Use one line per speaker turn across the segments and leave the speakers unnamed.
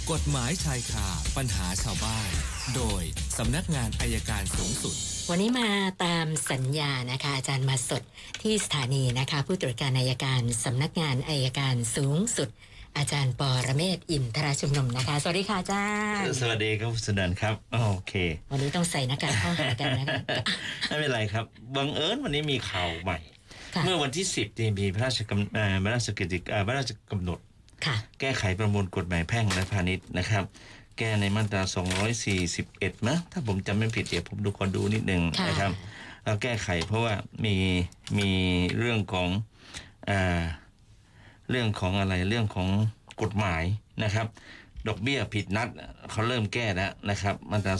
กฎหมายชายคาปัญหาชาวบ้านโดยสำนักงานอัยการสูงสุด
วันนี้มาตามสัญญานะคะอาจารย์มาสดที่สถานีนะคะผู้ตรวจการอัยการสำนักงานอัยการสูงสุดอาจารย์ปรเมศวร์ อินทรชุมนุมนะคะสวัสดีค่ะอาจารย์
สวัสดีครับสุนันท์ครับโอเค
วันนี้ต้องใส่หน้ากากเข้าหากันนะคะ
ไม่เป็นไรครับบังเอิญวันนี้มีข่าวใหม่เมื่อวันที่10ที่มีพระราชกำหนดแก้ไขประมวลกฎหมายแพ่งและพาณิชย์นะครับแก้ในมาตรา241นะถ้าผมจำไม่ผิดเดี๋ยวผมดูนิดนึงนะครับเราแก้ไขเพราะว่ามีเรื่องของอะไรเรื่องของกฎหมายนะครับดอกเบี้ยผิดนัดเขาเริ่มแก้แล้วนะครับมาตรา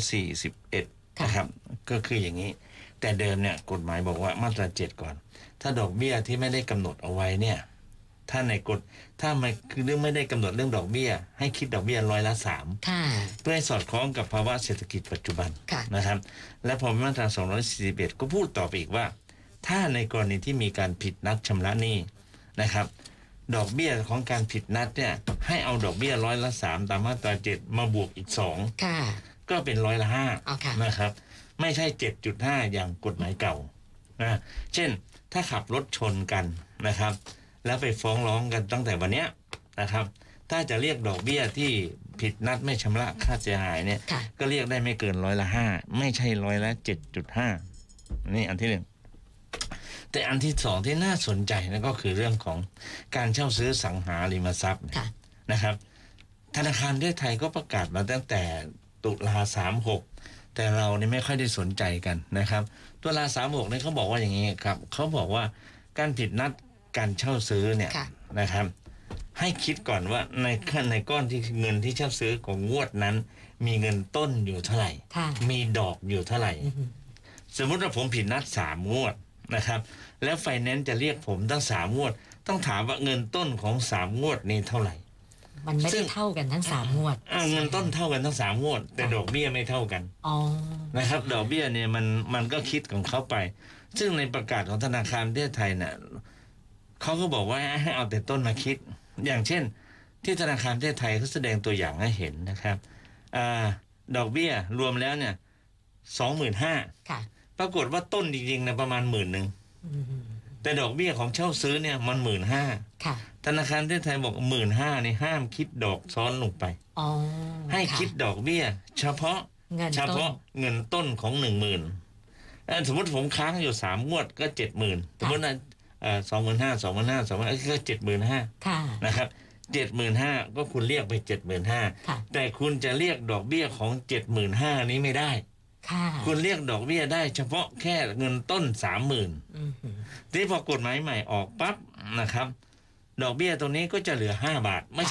241นะครับก็คืออย่างนี้แต่เดิมเนี่ยกฎหมายบอกว่ามาตรา7ก่อนถ้าดอกเบี้ยที่ไม่ได้กำหนดเอาไว้เนี่ยถ้าในกฎถ้าไม่คือเรื่องไม่ได้กำหนดเรื่องดอกเบี้ยให้คิดดอกเบี้ย3%เพื่อให้สอดคล้องกับภาวะเศรษฐกิจปัจจุบันนะครับและพอมาตรา241ก็พูดต่อไปอีกว่าถ้าในกรณีที่มีการผิดนัดชำระหนี้นะครับดอกเบี้ยของการผิดนัดเนี่ยให้เอาดอกเบี้ย3%ตามมาตรา7มาบวกอีก2ก็เป็น5%นะครับไม่ใช่ 7.5 อย่างกฎหมายเก่านะเช่นถ้าขับรถชนกันนะครับแล้วไปฟ้องร้องกันตั้งแต่วันนี้นะครับถ้าจะเรียกดอกเบี้ยที่ผิดนัดไม่ชำระค่าเสียหายเนี่ยก็เรียกได้ไม่เกิน5%ไม่ใช่7.5นี่อันที่1แต่อันที่2ที่น่าสนใจนั่นก็คือเรื่องของการเช่าซื้อสังหาริมทรัพย์นะครับธนาคารประเทศไทยก็ประกาศมาตั้งแต่ตุลา36แต่เรานี่ไม่ค่อยได้สนใจกันนะครับตุลา36เนี่ยเขาบอกว่าอย่างนี้ครับเขาบอกว่าการผิดนัดการเช่าซื้อเนี่ยนะครับให้คิดก่อนว่าในก้อนที่เงินที่เช่าซื้อของงวดนั้นมีเงินต้นอยู่เท่าไหร่มีดอกอยู่เท่าไหร่สมมติว่าผมผิดนัด3 งวดนะครับแล้วไฟแนนซ์จะเรียกผมตั้ง3 งวดต้องถามว่าเงินต้นของ3 งวดนี้เท่าไหร่
มันไม่ได้เท่ากันทั้ง3 งวด
เงินต้นเท่ากันทั้ง3 งวดแต่ดอกเบี้ยไม่เท่ากันนะครับดอกเบี้ยเนี่ยมันก็คิดของเขาไปซึ่งในประกาศของธนาคารประเทศไทยเนี่ยเขาก็บอกว่าให้เอาแต่ต้นมาคิดอย่างเช่นที่ธนาคารประเทศไทยเขาแสดงตัวอย่างให้เห็นนะครับดอกเบี้ยรวมแล้วเนี่ย 25,000 ปรากฏว่าต้นจริงๆนะประมาณ10,000แต่ดอกเบี้ยของเช่าซื้อเนี่ยมัน15,000ธนาคารประเทศไทยบอก15,000นี่ห้ามคิดดอกซ้อนลงไปให้คิดดอกเบี้ยเฉพาะเงินต้นของ 10,000สมมติผมค้างอยู่3 งวดก็ 70,000 สมมตินะ25,000ก็ 75,000นะครับ75,000ก็คุณเรียกไป 75,000แต่คุณจะเรียกดอกเบี้ยของ 75,000นี้ไม่ได้คุณเรียกดอกเบี้ยได้เฉพาะแค่เงินต้น 30,000ที่พอกฎหมายใหม่ออกปั๊บนะครับดอกเบี้ยตรงนี้ก็จะเหลือ5 บาทไม่ใช่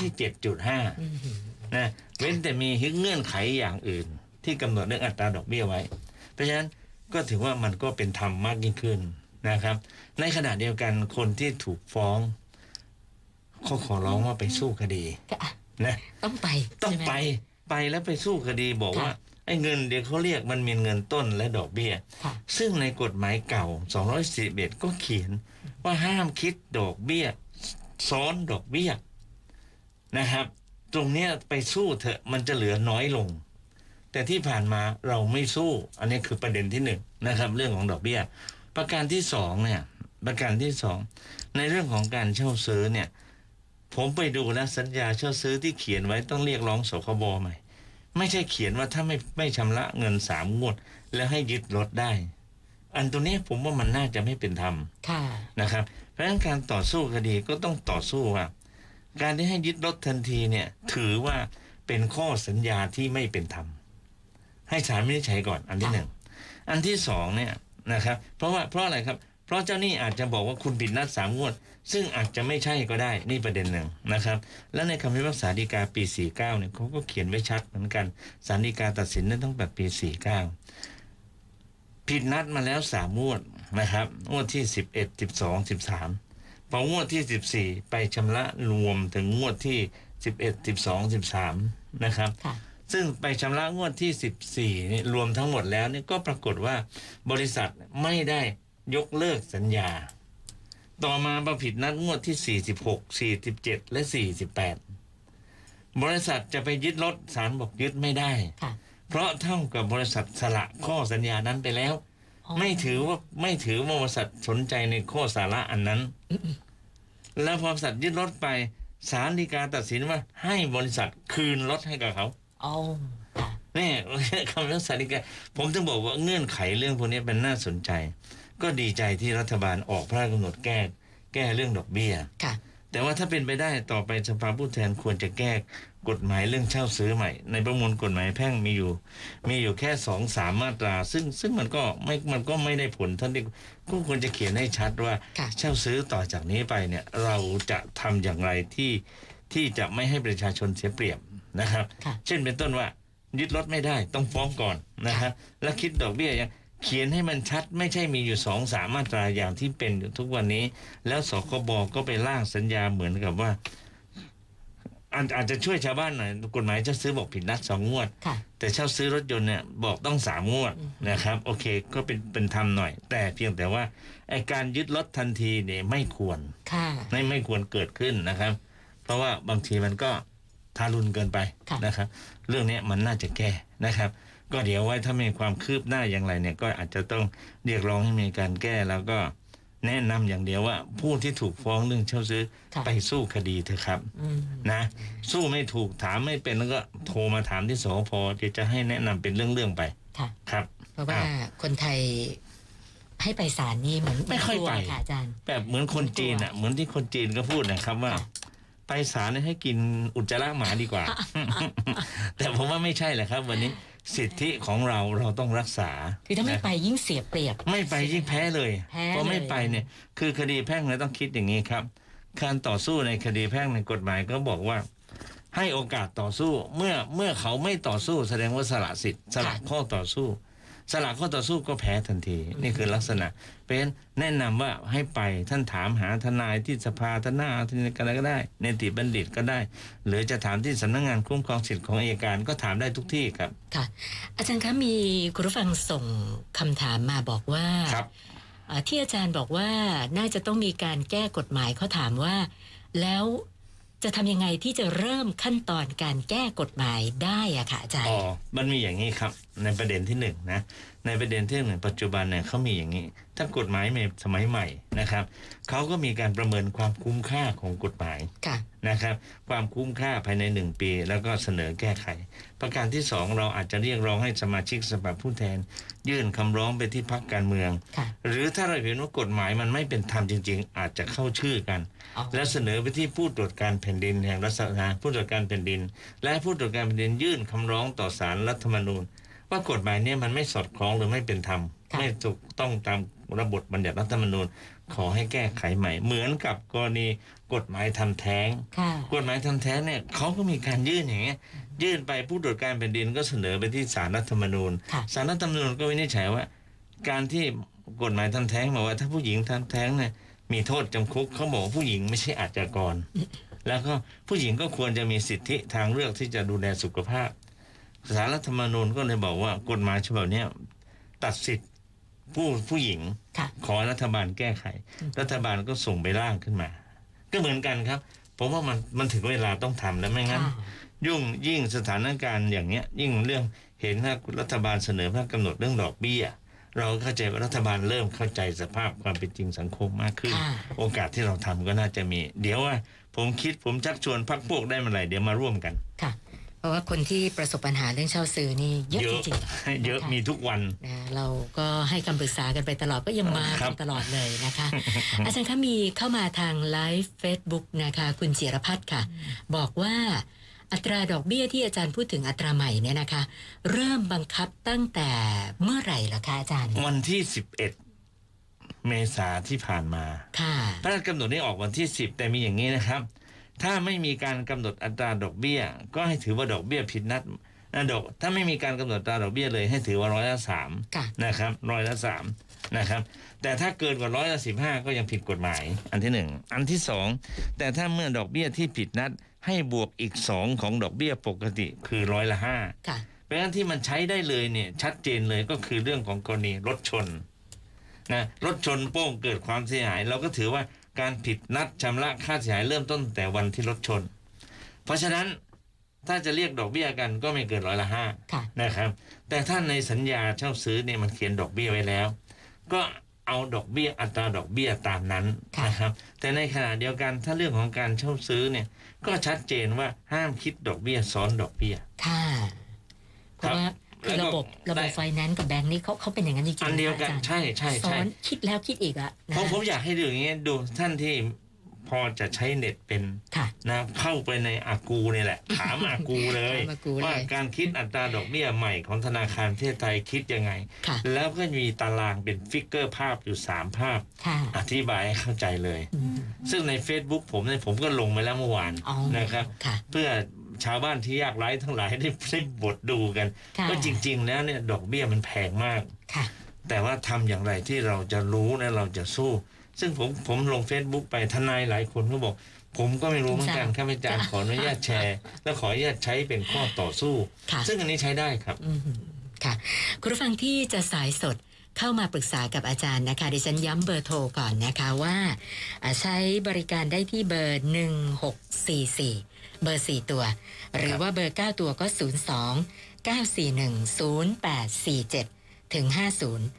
7.5 นะเว้นแต่มีเงื่อนไขอย่างอื่นที่กำหนดเรื่องอัตราดอกเบี้ยไว้เพราะฉะนั้นก็ถือว่ามันก็เป็นธรรมมากยิ่งขึ้นนะครับในขณะเดียวกันคนที่ถูกฟ้องเขาขอร้องว่าไปสู้คดีนะต้องไปแล้วไปสู้คดีบอกว่าไอ้เงินเดี๋ยวเขาเรียกมันมีเงินต้นและดอกเบี้ยซึ่งในกฎหมายเก่า241ก็เขียนว่าห้ามคิดดอกเบี้ยซ้อนดอกเบี้ยนะครับตรงเนี้ยไปสู้เถอะมันจะเหลือน้อยลงแต่ที่ผ่านมาเราไม่สู้อันนี้คือประเด็นที่1นะครับเรื่องของดอกเบี้ยประการที่2เนี่ยในเรื่องของการเช่าซื้อเนี่ยผมไปดูแล้วสัญญาเช่าซื้อที่เขียนไว้ต้องเรียกร้องสคบใหม่ไม่ใช่เขียนว่าถ้าไม่ชำระเงิน3 งวดแล้วให้ยึดรถได้อันตัวนี้ผมว่ามันน่าจะไม่เป็นธรรมนะครับเพราะฉะนั้นการต่อสู้คดีก็ต้องต่อสู้ว่าการที่ให้ยึดรถทันทีเนี่ยถือว่าเป็นข้อสัญญาที่ไม่เป็นธรรมให้ศาลวินิจฉัยก่อนอันที่1อันที่2เนี่ยนะครับเพราะอะไรครับเพราะเจ้าหนี้อาจจะบอกว่าคุณผิดนัด3 งวดซึ่งอาจจะไม่ใช่ก็ได้นี่ประเด็นหนึ่งนะครับและในคำพิพากษาฎีกาปี49เนี่ยเขาก็เขียนไว้ชัดเหมือนกันศาลฎีกาตัดสินตั้งแต่ปี49ผิดนัดมาแล้ว3 งวดนะครับงวดที่11 12 13พองวดที่14ไปชำระรวมถึงงวดที่11 12 13นะครับซึ่งไปชำระงวดที่14นี่รวมทั้งหมดแล้วนี่ก็ปรากฏว่าบริษัทไม่ได้ยกเลิกสัญญาต่อมาผิดนัดงวดที่46 47และ48 บริษัทจะไปยึดรถศาลบอกยึดไม่ได้เพราะเท่ากับบริษัทสละข้อสัญญานั้นไปแล้วไม่ถือว่าบริษัทสนใจในข้อสาระอันนั้นแล้วพอบริษัทยึดรถไปศาลฎีกาตัดสินว่าให้บริษัทคืนรถให้กับเขานี่คำว่าศาลฎีกาผมถึงบอกว่าเงื่อนไขเรื่องพวกนี้เป็นน่าสนใจก็ดีใจที่รัฐบาลออกพระราชกำหนดแก้เรื่องดอกเบี้ยแต่ว่าถ้าเป็นไปได้ต่อไปสภาผู้แทนควรจะแก้กฎหมายเรื่องเช่าซื้อใหม่ในประมวลกฎหมายแพ่งมีอยู่แค่ 2-3 มาตราซึ่งมันก็ไม่ได้ผลท่านที่ก็ควรจะเขียนให้ชัดว่าเช่าซื้อต่อจากนี้ไปเนี่ยเราจะทำอย่างไรที่จะไม่ให้ประชาชนเสียเปรียบนะครับเช่นเป็นต้นว่ายึดรถไม่ได้ต้องฟ้องก่อนนะครับและคิดดอกเบี้ยยังเขียนให้มันชัดไม่ใช่มีอยู่ 2-3 มาตราอย่างที่เป็นอยู่ทุกวันนี้แล้วสคบก็ไปร่างสัญญาเหมือนกับว่าอาจจะช่วยชาวบ้านหน่อยกฎหมายเช่าซื้อบอกผิดนัด2 งวดแต่เช่าซื้อรถยนต์เนี่ยบอกต้อง3 งวดนะครับโอเคก็เป็นธรรมหน่อยแต่เพียงแต่ว่าไอ้การยึดรถทันทีเนี่ยไม่ควรไม่ควรเกิดขึ้นนะครับเพราะว่าบางทีมันก็ทารุณเกินไปนะครับเรื่องนี้มันน่าจะแก้นะครับก็เดี๋ยวไว้ถ้ามีความคืบหน้าอย่างไรเนี่ยก็อาจจะต้องเรียกร้องให้มีการแก้แล้วก็แนะนำอย่างเดียวว่าผู้ที่ถูกฟ้องเรื่องเช่าซื้อไปสู้คดีเถอะครับนะสู้ไม่ถูกถามไม่เป็นแล้วก็โทรมาถามที่สพจะให้แนะนำเป็นเรื่องๆไปครับ
เพราะว่าคนไทยให้ไปศาลนี่เหมือน
ไม่ค่อยไป
ค่ะอาจารย์
แบบเหมือนคนจีนอ่ะเหมือนที่คนจีนก็พูดนะครับว่าไปศาลให้กินอุจจาระหมาดีกว่า แต่ผมว่าไม่ใช่แหละครับวันนี้สิทธิของเราต้องรักษา
คือถ้าไม่ไปยิ่งเสียเปรียบ
ไม่ไปยิ่งแพ้เลยเพราะไม่ไปเนี่ยคือคดีแพ่งเราต้องคิดอย่างนี้ครับการต่อสู้ในคดีแพ่งในกฎหมายก็บอกว่าให้โอกาสต่อสู้เมื่อเขาไม่ต่อสู้แสดงว่าสละสิทธิ์สละข้อต่อสู้สละข้อต่อสู้ก็แพ้ทันทีนี่คือลักษณะเป็นแนะนำว่าให้ไปท่านถามหาทนายที่สภาทนายที่อะไรก็ได้ในติบัณฑิตก็ได้หรือจะถามที่สำนักงานคุ้มครองสิทธิของอัยการก็ถามได้ทุกที่ครับ
ค่ะอาจารย์คะมีคุณผู้ฟังส่งคำถามมาบอกว่าที่อาจารย์บอกว่าน่าจะต้องมีการแก้กฎหมายเขาถามว่าแล้วจะทำยังไงที่จะเริ่มขั้นตอนการแก้กฎหมายได้อะค่ะอาจารย์
มันมีอย่างนี้ครับในประเด็นที่1นะในประเด็นที่1ปัจจุบันเนี่ยเขามีอย่างนี้ถ้ากฎหมายสมัยใหม่นะครับเขาก็มีการประเมินความคุ้มค่าของกฎหมายนะครับความคุ้มค่าภายใน1 ปีแล้วก็เสนอแก้ไขประการที่2เราอาจจะเรียกร้องให้สมาชิกสภาผู้แทนยื่นคำร้องไปที่พรรคการเมืองหรือถ้าเราเห็นว่ากฎหมายมันไม่เป็นธรรมจริงๆอาจจะเข้าชื่อกันและเสนอไปที่ผู้ตรวจการแผ่นดินแห่งรัฐสภาผู้ตรวจการแผ่นดินและผู้ตรวจการแผ่นดินยื่นคำร้องต่อศาลรัฐธรรมนูญว่ากฎหมายนี้มันไม่สอดคล้องหรือไม่เป็นธรรมไม่ถูกต้องตามระบบบัญญัติรัฐธรรมนูญขอให้แก้ไขใหม่เหมือนกับกรณีกฎหมายทำแท้งกฎหมายทำแท้งเนี่ยเขาก็มีการยื่นอย่างเงี้ยยื่นไปผู้ตรวจการแผ่นดินก็เสนอไปที่ศาลรัฐธรรมนูญศาลรัฐธรรมนูญก็วินิจฉัยว่าการที่กฎหมายทำแท้งบอกว่าถ้าผู้หญิงทำแท้งเนี่ยมีโทษจำคุกเขาบอกผู้หญิงไม่ใช่อาชญากรแล้วก็ผู้หญิงก็ควรจะมีสิทธิทางเลือกที่จะดูแลสุขภาพศาลรัฐธรรมนูญก็เลยบอกว่ากฎหมายฉบับนี้ตัดสิทธิผู้หญิงขอรัฐบาลแก้ไขรัฐบาลก็ส่งไปร่างขึ้นมาก็เหมือนกันครับผมว่ามันถึงเวลาต้องทำแล้วไม่งั้นยิ่งสถานการณ์อย่างเนี้ยยิ่งเรื่องเห็นว่ารัฐบาลเสนอพระราชกำหนดเรื่องดอกเบี้ยเราเข้าใจว่ารัฐบาลเริ่มเข้าใจสภาพความเป็นจริงสังคมมากขึ้นโอกาสที่เราทำก็น่าจะมีเดี๋ยวว่าผมชักชวนพรรคพวกได้เมื่อไหร่เดี๋ยวมาร่วมกัน
ค่ะเพราะว่าคนที่ประสบปัญหาเรื่องเช่าซื้อนี่เยอะจริง
ๆเยอะมีทุกวัน
เราก็ให้คำปรึกษากันไปตลอดก็ยังมาตลอดเลยนะคะอาจารย์คะมีเข้ามาทางไลฟ์ Facebook นะคะคุณจิรพัฒน์ค่ะบอกว่าอัตราดอกเบี้ยที่อาจารย์พูดถึงอัตราใหม่เนี่ยนะคะเริ่มบังคับตั้งแต่เมื่อไหร่ล่ะคะอาจารย์
วันที่11เมษายนที่ผ่านมาพระราชกำหนดนี้ออกวันที่10แต่มีอย่างนี้นะครับถ้าไม่มีการกำหนดอัตราดอกเบี้ยก็ให้ถือว่าดอกเบี้ยผิดนัดถ้าไม่มีการกำหนดอัตราดอกเบี้ยเลยให้ถือว่า3%นะครับ3%นะครับแต่ถ้าเกินกว่า15%ก็ยังผิดกฎหมายอันที่1อันที่2แต่ถ้าเมื่อดอกเบี้ยที่ผิดนัดให้บวกอีก2ของดอกเบี้ยปกติคือ5%เพราะฉะนั้นที่มันใช้ได้เลยเนี่ยชัดเจนเลยก็คือเรื่องของกรณีรถชนนะรถชนโป้งเกิดความเสียหายเราก็ถือว่าการผิดนัดชำระค่าเสียหายเริ่มต้นแต่วันที่รถชนเพราะฉะนั้นถ้าจะเรียกดอกเบี้ยกันก็ไม่เกิน5%นะครับแต่ถ้าในสัญญาเช่าซื้อเนี่ยมันเขียนดอกเบี้ยไว้แล้วก็เอาดอกเบี้ยอัตราดอกเบี้ยตามนั้นนะครับแต่ในขณะเดียวกันถ้าเรื่องของการเช่าซื้อเนี่ยก็ชัดเจนว่าห้ามคิดดอกเบี้ยซ้อนดอกเบี้ย
ค่ะเพราะว่าคือระบบไฟแนนซ์กับแบงก์นี่เขาเป็นอย่างนั้นจริงๆ
อันเดียวกันใช่
ซ้อนคิดแล้วคิดอีกอะ
ผมอยากให้ดูอย่างนี้ดูท่านที่พอจะใช้เน็ตเป็นนะเข้าไปในอากูนี่แหละถามอากูเลยว่าการคิดอัตราดอกเบี้ยใหม่ของธนาคารประเทศไทยคิดยังไงแล้วก็มีตารางเป็นฟิกเกอร์ภาพอยู่3ภาพอธิบายให้เข้าใจเลยซึ่งใน Facebook ผมก็ลงไปแล้วเมื่อวานนะครับเพื่อชาวบ้านที่ยากไร้ทั้งหลายได้บทดูกันว่าจริงๆแล้วเนี่ยดอกเบี้ยมันแพงมากแต่ว่าทำอย่างไรที่เราจะรู้และเราจะสู้ซึ่งผมลง Facebook ไปทนายหลายคนก็บอกผมก็ไม่รู้เหมือนกันข้าพเจ้าขออนุญาตแชร์และขออนุญาตใช้เป็นข้อต่อสู้ซึ่งอันนี้ใช้ได้ครับ
ค่ะคุณผู้ฟังที่จะสายสดเข้ามาปรึกษากับอาจารย์นะคะดิฉันย้ำเบอร์โทรก่อนนะคะว่าใช้บริการได้ที่เบอร์1644เบอร์4ตัวหรือว่าเบอร์9ตัวก็02 941 0847ถึง50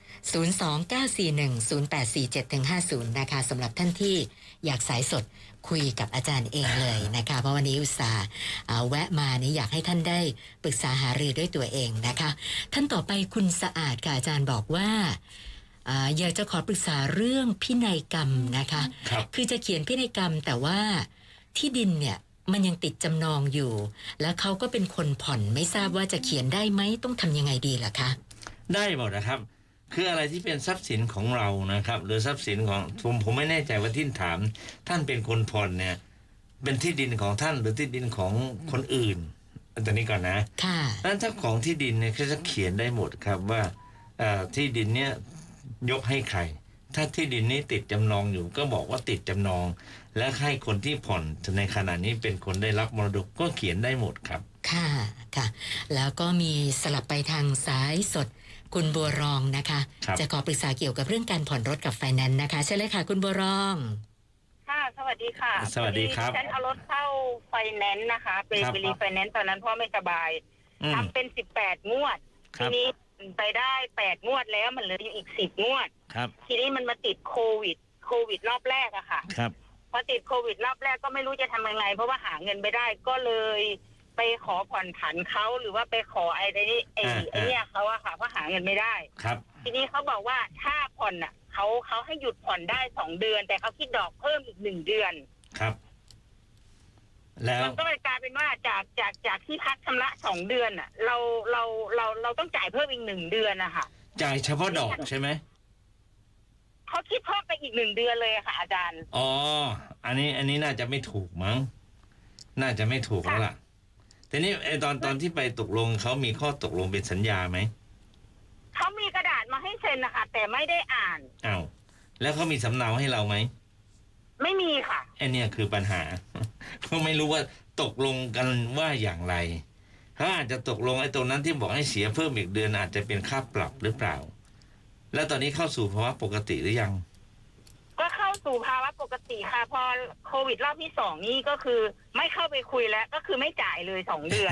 029410847ถึง50นะคะสำหรับท่านที่อยากสายสดคุยกับอาจารย์เองเลยนะคะเพราะวันนี้อุตส่าห์แวะมานี่อยากให้ท่านได้ปรึกษาหารือด้วยตัวเองนะคะท่านต่อไปคุณสะอาดค่ะอาจารย์บอกว่าอยากจะขอปรึกษาเรื่องพินัยกรรมนะคะคือจะเขียนพินัยกรรมแต่ว่าที่ดินเนี่ยมันยังติดจำนองอยู่แล้วเขาก็เป็นคนผ่อนไม่ทราบว่าจะเขียนได้ไหมต้องทำยังไงดีล่ะคะ
ได้หมดนะครับคืออะไรที่เป็นทรัพย์สินของเรานะครับหรือทรัพย์สินของผมไม่แน่ใจว่าที่ถามท่านเป็นคนผ่อนเนี่ยเป็นที่ดินของท่านหรือที่ดินของคนอื่นอันนี้ก่อนนะค่ะนั้นถ้าของที่ดินเนี่ยเขาจะเขียนได้หมดครับว่าที่ดินเนี่ยยกให้ใครถ้าที่ดินนี้ติดจำนองอยู่ก็บอกว่าติดจำนองและให้คนที่ผ่อนในขณะนี้เป็นคนได้รับมรดกก็เขียนได้หมดครับ
ค่ะค่ะแล้วก็มีสลับไปทางสายสดคุณบัวรองนะคะจะขอปรึกษาเกี่ยวกับเรื่องการผ่อนรถกับไฟแนนซ์นะคะใช่เลยค่ะคุณบัวรอง
ค่ะสวัสดีค่ะ
สวัสดีครับ
ฉันเอารถเข้าไฟแนนซ์นะคะไปรีไฟแนนซ์ตอนนั้นพ่อไม่สบายทำเป็น18 งวดทีนี้ไปได้8 งวดแล้วมันเหลืออีก10 งวดทีนี้มันมาติดโควิดรอบแรกอะค่ะพอติดโควิดรอบแรกก็ไม่รู้จะทำยังไงเพราะว่าหาเงินไม่ได้ก็เลยไปขอผ่อนผันเขาหรือว่าไปขอไอ้เนี่ยเขาอะค่ะเพราะหาเงินไม่ได้
ครับ
ทีนี้เขาบอกว่าถ้าผ่อนอะเขาให้หยุดผ่อนได้2 เดือนแต่เขาคิดดอกเพิ่มอีก1 เดือน
ครับแล้ว
มันก็เลยกลายเป็นว่าจากที่พักชำระ2 เดือนอะเราต้องจ่ายเพิ่มอีก1 เดือนนะคะ
จ่ายเฉพาะดอกใช่ไหม
เขาคิดเพิ่มไปอีก1 เดือนเลยค่ะอาจารย์
อ๋ออันนี้น่าจะไม่ถูกมั้งน่าจะไม่ถูกแล้วล่ะทีนี้ตอนที่ไปตกลงเขามีข้อตกลงเป็นสัญญาไหม
เขามีกระดาษมาให้เซ็นนะคะแต่ไม่ได้อ่าน
อ้าวแล้วเขามีสำเนาให้เราไหม
ไม่มีค่ะ
ไอ้นี่คือปัญหาเขาไม่รู้ว่าตกลงกันว่าอย่างไรเขาอาจจะตกลงไอ้ตรงนั้นที่บอกให้เสียเพิ่มอีกเดือนอาจจะเป็นค่าปรับหรือเปล่าแล้วตอนนี้เข้าสู่ภาวะปกติหรือยัง
ก็เข้าสู่ภาวะปกติค่ะพอโควิดรอบที่2นี่ก็คือไม่เข้าไปคุยแล้วก็คือไม่จ่ายเลย2 เดือน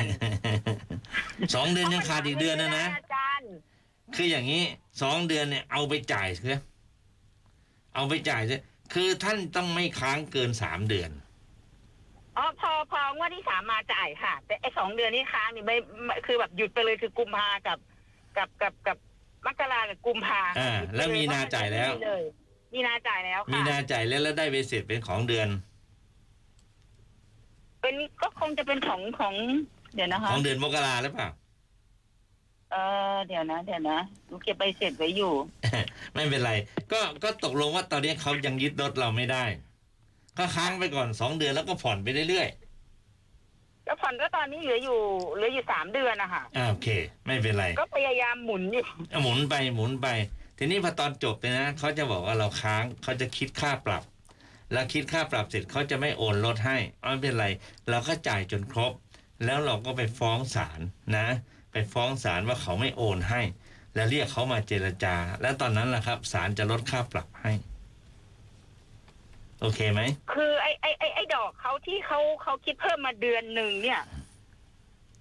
2 เดือนยังขาดอีกเดือนนะ
อาจารย์
คืออย่างนี้2 เดือนเนี่ยเอาไปจ่ายเถอะเอาไปจ่ายเถอะคือท่านต้องไม่ค้างเกิน3 เดือน
อ๋อพองวดที่3มาจ่ายค่ะแต่ไอ้2 เดือนนี้ค้างนี่ไม่คือแบบหยุดไปเลยคือกุมภากับมกรากับกุมภา
แล้วมีนาจ่ายแล้ว
มีนาจ่ายแล้วค่ะ
มีนาจ่ายแล้วได้ใบเสร็จเป็นของเดือน
เป็นก็คงจะเป็นของเดี๋ยวนะคะ
ของเดือนมกราหรือเปล่า
เดี๋ยวนะดูเก็บใบเสร็จไว้อยู่
ไม่เป็นไรก็ตกลงว่าตอนนี้เขายังยึดรถเราไม่ได้ก็ค้างไปก่อน2 เดือนแล้วก็ผ่อนไปเรื่อย
ๆแล้วผ่อนก็ตอนนี้เหลืออยู่3 เดือนนะคะ
โอเคไม่เป็นไร
ก็พยายามหมุนอยู่
หมุนไปทีนี้พอตอนจบเนี่ยนะเขาจะบอกว่าเราค้างเขาจะคิดค่าปรับแล้วคิดค่าปรับเสร็จเขาจะไม่โอนรถให้ไม่เป็นไรเราก็จ่ายจนครบแล้วเราก็ไปฟ้องศาลนะไปฟ้องศาลว่าเขาไม่โอนให้แล้วเรียกเขามาเจรจาแล้วตอนนั้นแหละครับศาลจะลดค่าปรับให้โอเคไหม
คือไอ้ดอกเขาที่เขาคิดเพิ่มมาเดือนหนึ่งเนี่ย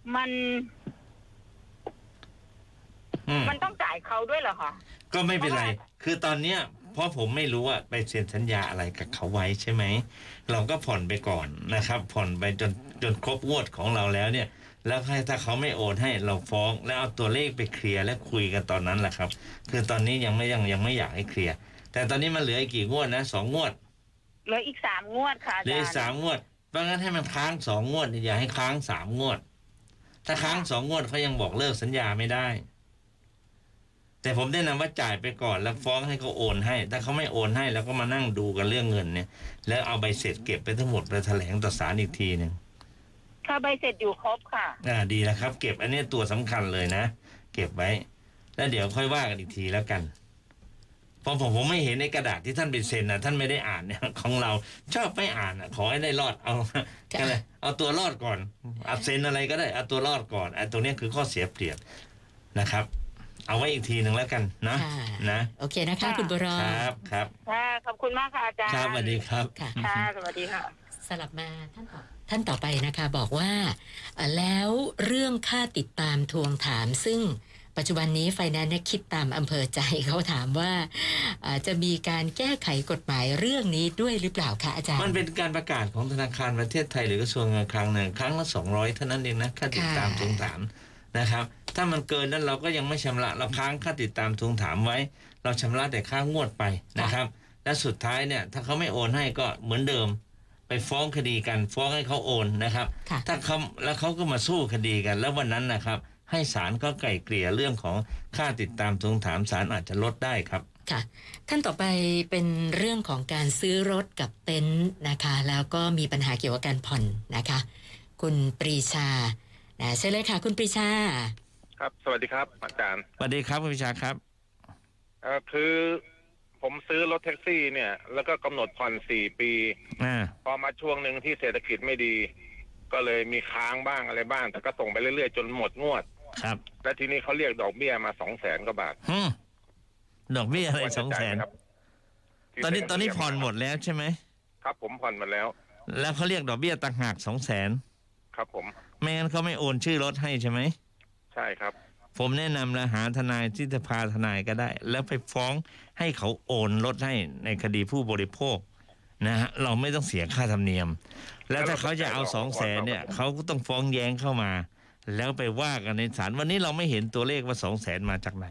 มันต้องจ่ายเขาด้วยเหรอคะ
ก็ไม่เป็นไรคือตอนเนี้ยเพราะผมไม่รู้ว่าไปเซ็นสัญญาอะไรกับเขาไว้ใช่ไหมเราก็ผ่อนไปก่อนนะครับผ่อนไปจนครบงวดของเราแล้วเนี่ยแล้วถ้าเขาไม่โอนให้เราฟ้องแล้วเอาตัวเลขไปเคลียร์และคุยกันตอนนั้นแหละครับคือตอนนี้ยังไม่อยากให้เคลียร์แต่ตอนนี้มันเหลืออีกกี่งวดนะ2 งวด
เหลืออีก3 งวดค่ะอาจารย์เหลืออีก
3 งวดเพราะงั้นให้มันค้าง2 งวดอย่าให้ค้าง3 งวดถ้าค้าง2 งวดเขายังบอกเลิกสัญญาไม่ได้แต่ผมแนะนำว่าจ่ายไปก่อนแล้วฟ้องให้เขาโอนให้ถ้าเขาไม่โอนให้แล้วก็มานั่งดูกันเรื่องเงินเนี่ยแล้วเอาใบเสร็จเก็บไปทั้งหมดไปแถลงต่อศาลอีกทีนึง
ค่ะใบเสร็จอยู่ครบค่ะ
ดีแล้วครับเก็บอันนี้ตัวสำคัญเลยนะเก็บไว้แล้วเดี๋ยวค่อยว่ากันอีกทีแล้วกันเพราะผมไม่เห็นในกระดาษที่ท่านไปเซ็นนะท่านไม่ได้อ่านเนี่ยของเราชอบไม่อ่านขอให้ได้รอดเอาตัวรอดก่อนเซ็นอะไรก็ได้เอาตัวรอดก่อนไอ้ตัวนี้คือข้อเสียเปรียบนะครับเอาไว้อีกทีหนึ่งแล้วกันนะ
โอเคนะคะคุณบุรอ
ครับ
ขอบคุณมากค่ะอาจารย์
ครับสวัสดีครับ
ค่ะสวัสดีค่ะ
สลับมาท่านต่อไปนะคะบอกว่าแล้วเรื่องค่าติดตามทวงถามซึ่งปัจจุบันนี้ไฟแนนซ์คิดตามอำเภอใจเขาถามว่าจะมีการแก้ไขกฎหมายเรื่องนี้ด้วยหรือเปล่าคะอาจารย์
มันเป็นการประกาศของธนาคารประเทศไทยหรือกระทรวงการคลังครั้งละ200เท่านั้นเองนะค่าติดตามทวงถามนะครับถ้ามันเกินนั้นเราก็ยังไม่ชำระเราค้างค่าติดตามทวงถามไว้เราชำระแต่ค่างวดไปนะครับและสุดท้ายเนี่ยถ้าเขาไม่โอนให้ก็เหมือนเดิมไปฟ้องคดีกันฟ้องให้เขาโอนนะครับถ้าเขาแล้วเขาก็มาสู้คดีกันแล้ววันนั้นนะครับให้ศาลก็ไกล่เกลี่ยเรื่องของค่าติดตามทวงถามศาลอาจจะลดได้ครับ
ค่ะท่านต่อไปเป็นเรื่องของการซื้อรถกับเต็นท์นะคะแล้วก็มีปัญหาเกี่ยวกับการผ่อนนะคะคุณปรีชาใช่เลยค่ะคุณปรีชา
ครับสวัสดีครับอาจารย์
สวัสดีครับคุณปรีชาครับ
คือผมซื้อรถแท็กซี่เนี่ยแล้วก็กำหนดผ่อน4 ปีพอมาช่วงหนึ่งที่เศรษฐกิจไม่ดีก็เลยมีค้างบ้างอะไรบ้างแต่ก็ส่งไปเรื่อยๆจนหมดงวด
ครับ
และทีนี้เขาเรียกดอกเบี้ยมา200,000 กว่าบาท
ดอกเบี้ยอะไร200,000ตอนนี้ผ่อนหมดแล้วใช่ไหม
ครับผมผ่อนหมดแล้ว
แล้วเขาเรียกดอกเบี้ยต่างหาก200,000
ครับผม
ไม่งั้นเขาไม่โอนชื่อรถให้ใช่ไหม
ใช่ครับ
ผมแนะนำแล้วหาทนายที่จะพาทนายก็ได้แล้วไปฟ้องให้เขาโอนรถให้ในคดีผู้บริโภคนะฮะเราไม่ต้องเสียค่าธรรมเนียมแล้วถ้าเขาจะเอา200,000เนี่ยเขาก็ต้องฟ้องแย้งเข้ามาแล้วไปว่ากันในศาลวันนี้เราไม่เห็นตัวเลขว่า200,000มาจากไหน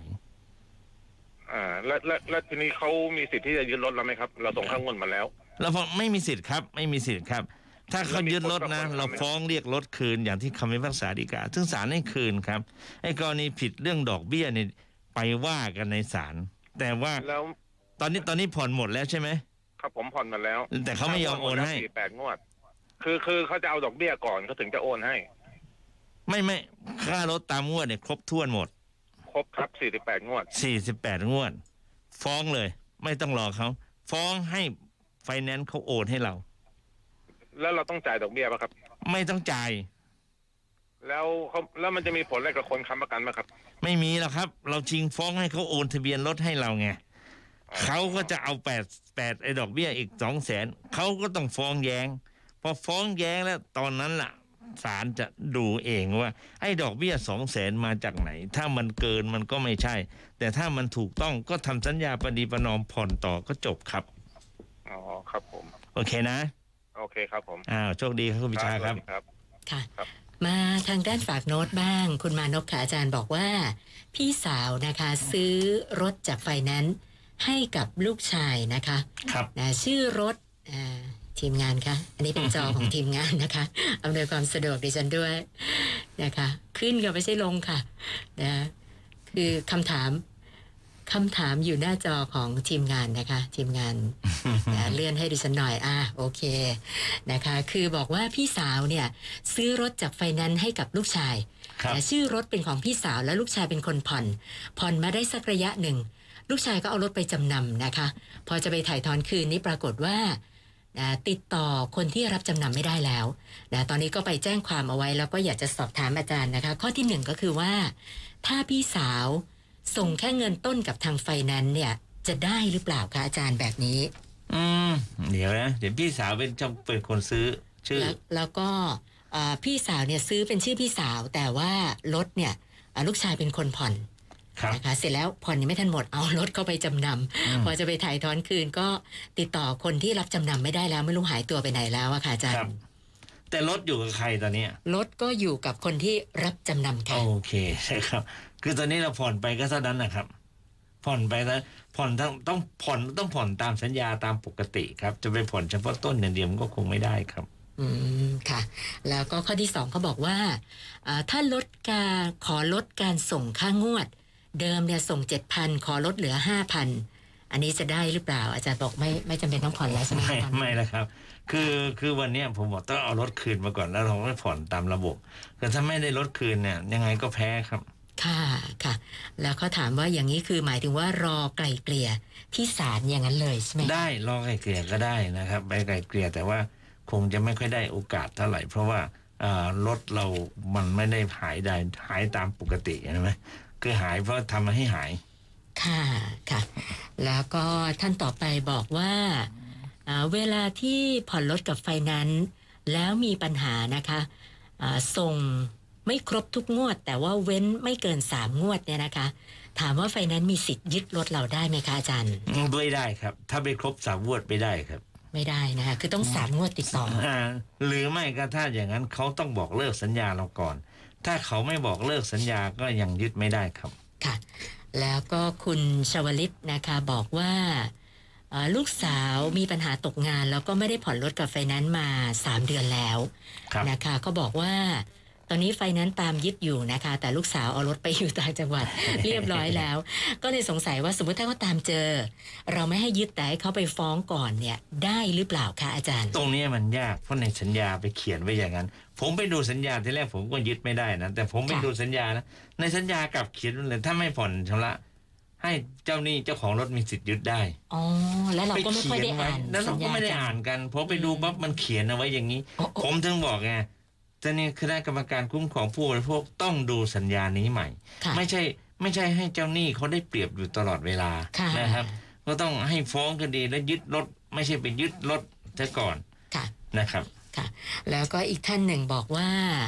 แล้วทีนี้เขามีสิทธิ์ที่จะยึดรถเราไหมครับเราส่งข้างเงินมาแล้ว
เราไม่มีสิทธิ์ครับไม่มีสิทธิ์ครับถ้าเขายึดรถนะเราฟ้องเรียกรถคืนอย่างที่คำพิพากษาฎีกาซึ่งศาลให้คืนครับไอ้กรณีผิดเรื่องดอกเบี้ยนี่ไปว่ากันในศาลแต่ว่าตอนนี้ผ่อนหมดแล้วใช่ไหม
ครับผมผ่อนหมดแล้ว
แต่เขาไม่ยอมโอนให้
8 งวดคือเขาจะเอาดอกเบี้ยก่อนเขาถึงจะโอนให้
ไม่ค่ารถตามงวดเนี่ยครบถ้วนหมด
ครบครับ48 งวด
48 งวดฟ้องเลยไม่ต้องรอเขาฟ้องให้ไฟแนนซ์เขาโอนให้เรา
แล้วเราต้องจ่ายดอกเบี้ยป่ะครับ
ไม่ต้องจ่าย
แล้วมันจะมีผลอะไรกับคนค้ำประกันไหมครับ
ไม่มีหรอกครับเราชิงฟ้องให้เขาโอนทะเบียนรถให้เราไงเขาก็จะเอา8ไอ้ดอกเบี้ยอีก200,000เขาก็ต้องฟ้องแย้งพอฟ้องแย้งแล้วตอนนั้นล่ะศาลจะดูเองว่าไอ้ดอกเบี้ย200,000มาจากไหนถ้ามันเกินมันก็ไม่ใช่แต่ถ้ามันถูกต้องก็ทำสัญญาปณีประนอมผ่อนต่อก็จบครับ
อ๋อครับผม
โอเคนะ
โอเคครับผม
โชคดีครับคุณพิชาครับ
ค่ะมาทางด้านฝากโน้ตบ้างคุณมานพค่ะอาจารย์บอกว่าพี่สาวนะคะซื้อรถจากไฟแนนซ์ให้กับลูกชายนะคะ
ครับ
ชื่อรถทีมงานคะอันนี้เป็นจอของทีมงานนะคะอำนวยความสะดวกดิฉันด้วยนะคะขึ้นก็ไม่ใช่ลงค่ะนะคือคำถามอยู่หน้าจอของทีมงานนะคะทีมงานเลื่อนให้ดิฉันหน่อยโอเคนะคะคือบอกว่าพี่สาวเนี่ยซื้อรถจากไฟแนนซ์ให้กับลูกชายแต่ชื่อรถเป็นของพี่สาวและลูกชายเป็นคนผ่อนมาได้สักระยะหนึ่งลูกชายก็เอารถไปจำนำนะคะพอจะไปถ่ายถอนคืนนี้ปรากฏว่าติดต่อคนที่รับจำนำไม่ได้แล้วตอนนี้ก็ไปแจ้งความเอาไว้แล้วก็อยากจะสอบถามอาจารย์นะคะข้อที่1ก็คือว่าถ้าพี่สาวส่งแค่เงินต้นกับทางไฟแนนซ์เนี่ยจะได้หรือเปล่าคะอาจารย์แบบนี้
เดี๋ยวพี่สาวเป็นคนซื้อชื่อ
แล้วก็พี่สาวเนี่ยซื้อเป็นชื่อพี่สาวแต่ว่ารถเนี่ยลูกชายเป็นคนผ่อนนะคะเสร็จแล้วผ่อนยังไม่ทันหมดเอารถเข้าไปจำนำพอจะไปถ่ายถอนคืนก็ติดต่อคนที่รับจำนำไม่ได้แล้วไม่รู้หายตัวไปไหนแล้วอะค่ะอาจารย์
แต่รถอยู่กับใครตอนนี้
รถก็อยู่กับคนที่รับจำนำค่ะ
โอเคใช่ครับคือตอนนี้เราผ่อนไปก็เท่านั้นนะครับผ่อนไปแล้วผ่อนต้องผ่อนตามสัญญาตามปกติครับจะไปผ่อนเฉพาะต้นอย่างเดียวก็คงไม่ได้ครับ
ค่ะแล้วก็ข้อที่2เขาบอกว่าถ้าขอลดการส่งค่างวดเดิมเนี่ยส่ง 7,000 ขอลดเหลือ 5,000 อันนี้จะได้หรือเปล่าอาจารย์บอกไม่จำเป็นต้องผ่อนแล้วใช่ไหม
ไม่แล้วครับคือวันนี้ผมบอกต้องเอารถคืนมาก่อนแล้วเราไม่ผ่อนตามระบบแต่ถ้าไม่ได้รถคืนเนี่ยยังไงก็แพ้ครับ
ค่ะแล้วเขาถามว่าอย่างนี้คือหมายถึงว่ารอไกล่เกลี่ยที่ศาลอย่างนั้นเลยใช่ไหม
ได้รอไกล่เกลี่ยก็ได้นะครับไปไกล่เกลี่ยแต่ว่าคงจะไม่ค่อยได้โอกาสเท่าไหร่เพราะว่ารถเรามันไม่ได้หายตามปกติใช่ไหมคือหายเพราะทำมาให้หาย
ค่ะแล้วก็ท่านต่อไปบอกว่าเวลาที่ผ่อนรถกับไฟแนนซ์แล้วมีปัญหานะคะส่งไม่ครบทุกงวดแต่ว่าเว้นไม่เกิน3งวดเนี่ยนะคะถามว่าไฟแนนซ์มีสิทธิ์ยึดรถเราได้ไหมคะอาจารย์
ไม่ได้ครับถ้าไม่ครบ3งวดไม่ได้ครับ
ไม่ได้นะคะคือต้อง3งวดติดต่อ
หรือไม่ก็ถ้าอย่างนั้นเขาต้องบอกเลิกสัญญาเราก่อนถ้าเขาไม่บอกเลิกสัญญาก็ยังยึดไม่ได้ครับ
ค่ะแล้วก็คุณชวลิตนะคะบอกว่าลูกสาวมีปัญหาตกงานแล้วก็ไม่ได้ผ่อนรถกับไฟแนนซ์มา3เดือนแล้วนะคะเขาบอกว่าตอนนี้ไฟแนนซ์ตามยึดอยู่นะคะแต่ลูกสาวเอารถไปอยู่ต่างจังหวัด เรียบร้อยแล้วก็เลยสงสัยว่าสมมติถ้าเขาตามเจอเราไม่ให้ยึดแต่ให้เขาไปฟ้องก่อนเนี่ยได้หรือเปล่าคะอาจารย์
ตรงนี้มันยากเพราะในสัญญาไปเขียนไว้อย่างนั้นผมไปดูสัญญาที่แรกผมก็ยึดไม่ได้นะแต่ผมไปดูสัญญานะในสัญญากลับเขียนเลยถ้าไม่ผ่อนชำระให้เจ้าหนี้เจ้าของรถมีสิทธิ์ยึดได้
แล้วเราก็ไม่ค่อยได้อ่าน
แล้วเราก็ไม่ได้อ่านกันพอไปดูปั๊บมันเขียนเอาไว้อย่างนี้ผมถึงบอกไงแต่นี่คณะกรรมการคุ้มครองผู้บริโภคต้องดูสัญญานี้ใหม่ไม่ใช่ให้เจ้าหนี้เขาได้เปรียบอยู่ตลอดเวลานะครับก็ต้องให้ฟ้องคดีแล้วยึดรถไม่ใช่ไปยึดรถซะก่อนนะครับ
ค่ะแล้วก็อีกท่านหนึ่งบอกว่า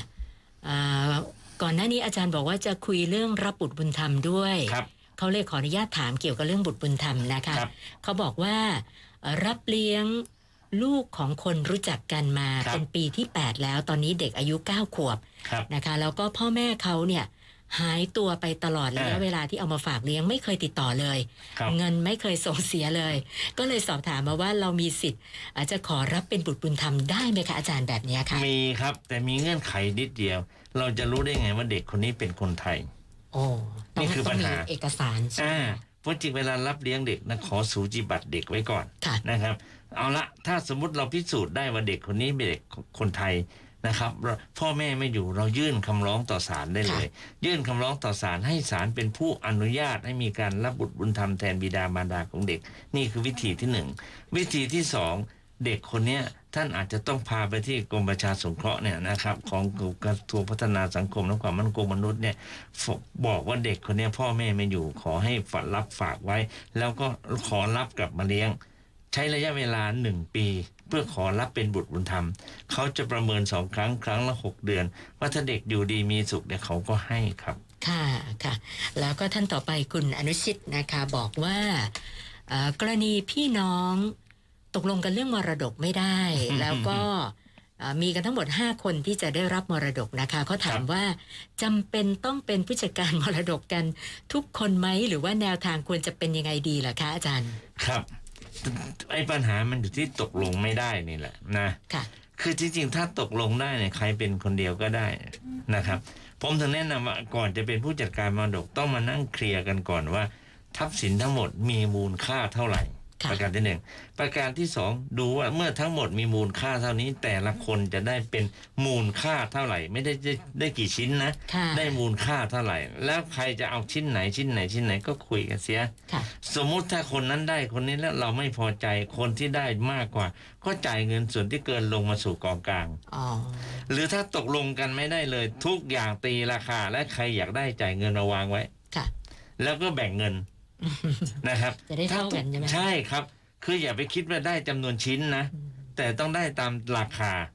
ก่อนหน้านี้อาจารย์บอกว่าจะคุยเรื่องรับบุตรบุญธรรมด้วยเขาเลยขออนุญาตถามเกี่ยวกับเรื่องบุตรบุญธรรมนะคะเขาบอกว่ารับเลี้ยงลูกของคนรู้จักกันมาเป็นปีที่8แล้วตอนนี้เด็กอายุ9 ขวบนะคะแล้วก็พ่อแม่เขาเนี่ยหายตัวไปตลอดระยะเวลาที่เอามาฝากเลี้ยงไม่เคยติดต่อเลยเงินไม่เคยส่งเสียเลยก็เลยสอบถามมาว่าเรามีสิทธิ์อาจจะขอรับเป็นบุตรบุญธรรมได้ไหมคะอาจารย์แบบนี้ค่ะ
มีครับแต่มีเงื่อนไขนิดเดียวเราจะรู้ได้ไงว่าเด็กคนนี้เป็นคนไทย
นี่คือปัญหาเอกสาร
เพราะจริงเวลารับเลี้ยงเด็กนะขอสูจิบัตรเด็กไว้ก่อนนะครับเอาละถ้าสมมติเราพิสูจน์ได้ว่าเด็กคนนี้เป็นเด็กคนไทยนะครับพ่อแม่ไม่อยู่เรายื่นคำร้องต่อศาลได้เลยยื่นคำร้องต่อศาลให้ศาลเป็นผู้อนุญาตให้มีการรับบุตรบุญธรรมแทนบิดามารดาของเด็กนี่คือวิธีที่1วิธีที่2เด็กคนนี้ท่านอาจจะต้องพาไปที่กรมประชาสงเคราะห์เนี่ยนะครับของกระทรวงพัฒนาสังคมและความมั่นคงมนุษย์เนี่ยบอกว่าเด็กคนนี้พ่อแม่ไม่อยู่ขอให้รับฝากไว้แล้วก็ขอรับกลับมาเลี้ยงใช้ระยะเวลา1 ปีเพื่อขอรับเป็นบุตรบุญธรรมเขาจะประเมิน2 ครั้งครั้งละ6 เดือนว่าถ้าเด็กอยู่ดีมีสุขเนี่ยเขาก็ให้ครับ
ค่ะแล้วก็ท่านต่อไปคุณอนุชิตนะคะบอกว่ากรณีพี่น้องตกลงกันเรื่องมรดกไม่ได้ แล้วก็มีกันทั้งหมด5 คนที่จะได้รับมรดกนะคะเขาถามว่าจำเป็นต้องเป็นผู้จัดการมรดกกันทุกคนไหมหรือว่าแนวทางควรจะเป็นยังไงดีล่ะคะอาจารย์
ครับไอ้ปัญหามันอยู่ที่ตกลงไม่ได้นี่แหละนะคือจริงๆถ้าตกลงได้เนี่ยใครเป็นคนเดียวก็ได้นะครับผมถึงแนะนำว่าก่อนจะเป็นผู้จัดการมรดกต้องมานั่งเคลียร์กันก่อนว่าทรัพย์สินทั้งหมดมีมูลค่าเท่าไหร่ประการที่1ประการที่2ดูว่าเมื่อทั้งหมดมีมูลค่าเท่านี้แต่ละคนจะได้เป็นมูลค่าเท่าไหร่ไม่ได้กี่ชิ้นนะได้มูลค่าเท่าไหร่แล้วใครจะเอาชิ้นไหนก็คุยกันเสียสมมุติถ้าคนนั้นได้คนนี้แล้วเราไม่พอใจคนที่ได้มากกว่าก็จ่ายเงินส่วนที่เกินลงมาสู่กองกลางหรือถ้าตกลงกันไม่ได้เลยทุกอย่างตีราคาและใครอยากได้จ่ายเงินเอาวางไว้แล้วก็แบ่งเงินนะครับ
จะได้เท่ากันใช่ไหม
ใช่ครับคืออย่าไปคิดว่าได้จำนวนชิ้นนะแต่ต้องได้ตามราคา